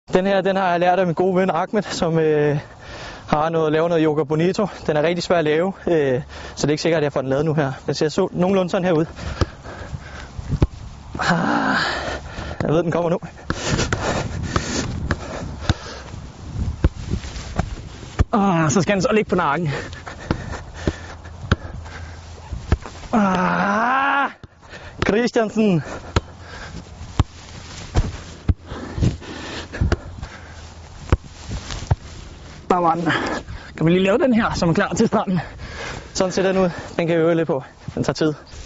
Den her, den har jeg lært af min gode ven Ahmed, som har lavet noget yoga bonito. Den er rigtig svær at lave, så det er ikke sikkert, at jeg får den lavet nu her. Den ser så nogenlunde sådan her ud. Jeg ved, den kommer nu. Så skal den så ligge på nakken. Christiansen. Der var den. Kan vi lige lave den her, så er man klar til stranden. Sådan ser den ud. Den kan vi øve lidt på. Den tager tid.